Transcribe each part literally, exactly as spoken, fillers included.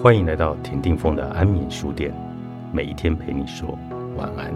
欢迎来到田定峰的安眠书店，每一天陪你说晚安。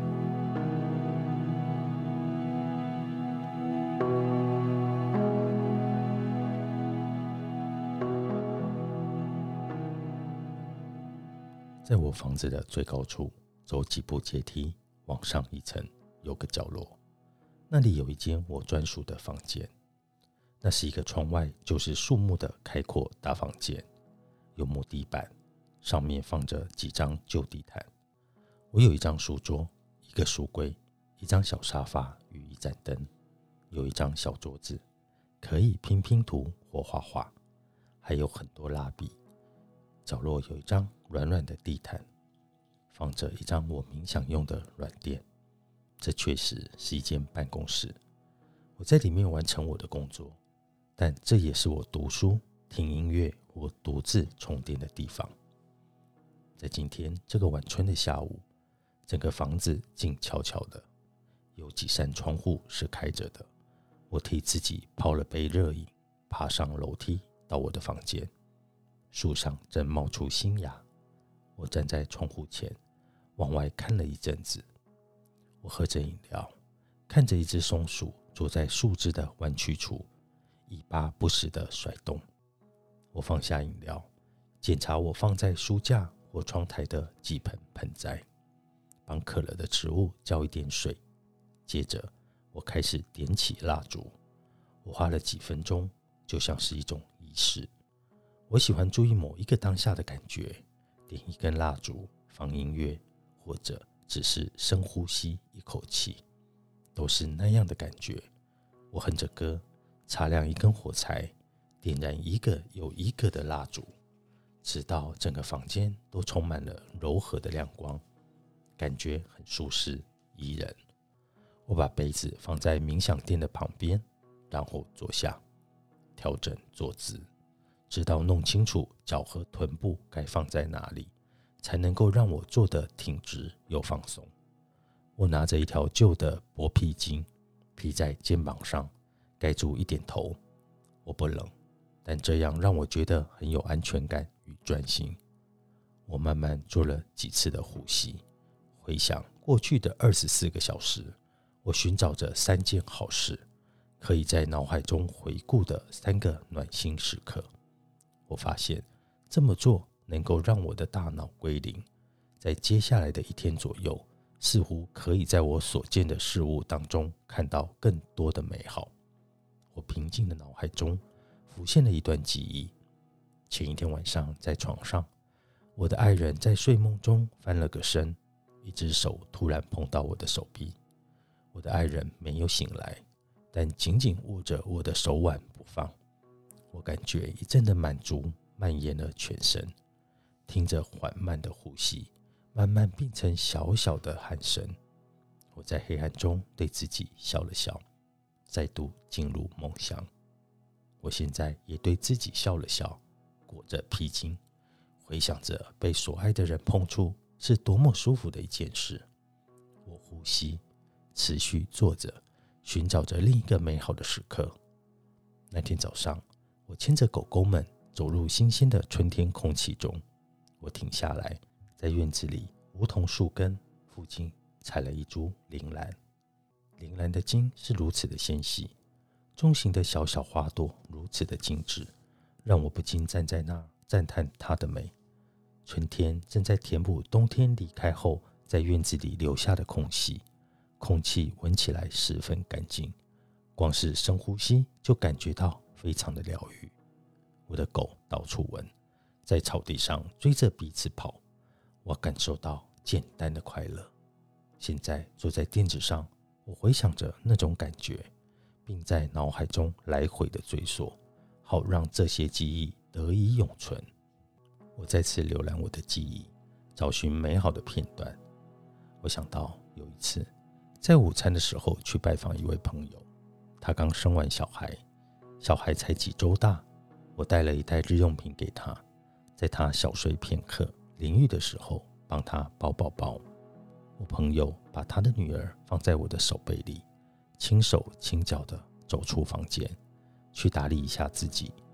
在我房子的最高处，走几步阶梯往上一层，有个角落，那里有一间我专属的房间。那是一个窗外就是树木的开阔大房间，有木地板，上面放着几张旧地毯。我有一张书桌，一个书柜，一张小沙发与一盏灯，有一张小桌子，可以拼拼图或画画，还有很多蜡笔。角落有一张软软的地毯，放着一张我冥想用的软垫。这确实是一间办公室，我在里面完成我的工作，但这也是我读书、听音乐或独自充电的地方。在今天这个晚春的下午，整个房子静悄悄的，有几扇窗户是开着的。我替自己泡了杯热饮，爬上楼梯到我的房间。树上正冒出新芽，我站在窗户前，往外看了一阵子。我喝着饮料，看着一只松鼠坐在树枝的弯曲处，尾巴不时地甩动。我放下饮料，检查我放在书架或窗台的几盆盆栽，帮渴了的植物浇一点水。接着我开始点起蜡烛，我花了几分钟，就像是一种仪式。我喜欢注意某一个当下的感觉，点一根蜡烛，放音乐，或者只是深呼吸一口气，都是那样的感觉。我哼着歌，擦亮一根火柴，点燃一个又一个的蜡烛，直到整个房间都充满了柔和的亮光，感觉很舒适宜人。我把杯子放在冥想垫的旁边，然后坐下，调整坐姿，直到弄清楚脚和臀部该放在哪里，才能够让我坐得挺直又放松。我拿着一条旧的薄皮巾披在肩膀上，盖住一点头。我不冷，但这样让我觉得很有安全感与专心。我慢慢做了几次的呼吸，回想过去的二十四个小时，我寻找着三件好事，可以在脑海中回顾的三个暖心时刻。我发现这么做能够让我的大脑归零，在接下来的一天左右，似乎可以在我所见的事物当中看到更多的美好。我平静的脑海中浮现了一段记忆。前一天晚上在床上，我的爱人在睡梦中翻了个身，一只手突然碰到我的手臂。我的爱人没有醒来，但紧紧握着我的手腕不放。我感觉一阵的满足蔓延了全身，听着缓慢的呼吸，慢慢变成小小的鼾声。我在黑暗中对自己笑了笑，再度进入梦乡。我现在也对自己笑了笑，裹着披巾，回想着被所爱的人碰触是多么舒服的一件事。我呼吸，持续坐着，寻找着另一个美好的时刻。那天早上，我牵着狗狗们走入新鲜的春天空气中。我停下来，在院子里梧桐树根附近采了一株铃兰。铃兰的茎是如此的纤细，中型的小小花朵如此的精致，让我不禁站在那赞叹它的美。春天正在填补冬天离开后在院子里留下的空隙，空气闻起来十分干净，光是深呼吸就感觉到非常的疗愈。我的狗到处闻，在草地上追着彼此跑，我感受到简单的快乐。现在坐在垫子上，我回想着那种感觉，并在脑海中来回的追溯，好让这些记忆得以永存。我再次浏览我的记忆，找寻美好的片段。我想到有一次在午餐的时候去拜访一位朋友，他刚生完小孩，小孩才几周大，我带了一袋日用品给他，在他小睡片刻淋浴的时候帮他包包包。我朋友把他的女儿放在我的手背里，轻手轻脚地走出房间，去打理一下自己。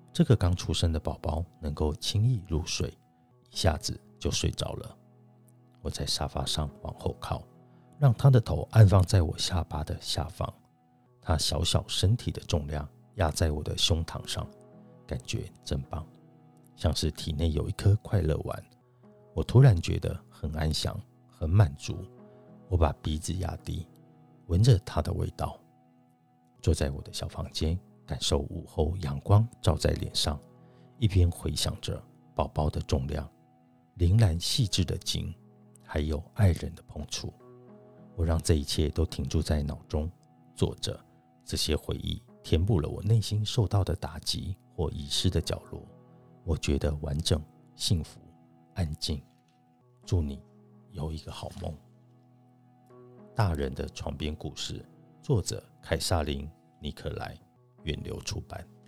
这个刚出生的宝宝能够轻易入睡，一下子就睡着了。我在沙发上往后靠，让他的头安放在我下巴的下方，他小小身体的重量压在我的胸膛上，感觉真棒，像是体内有一颗快乐丸。我突然觉得很安详，很满足。我把鼻子压低，闻着他的味道，坐在我的小房间，感受午后阳光照在脸上，一边回想着宝宝的重量、铃兰细致的筋，还有爱人的碰触。我让这一切都停驻在脑中，坐着，这些回忆填补了我内心受到的打击或遗失的角落。我觉得完整、幸福、安静。祝你有一个好梦。大人的床边故事，作者凯撒琳·尼克莱，远流出版。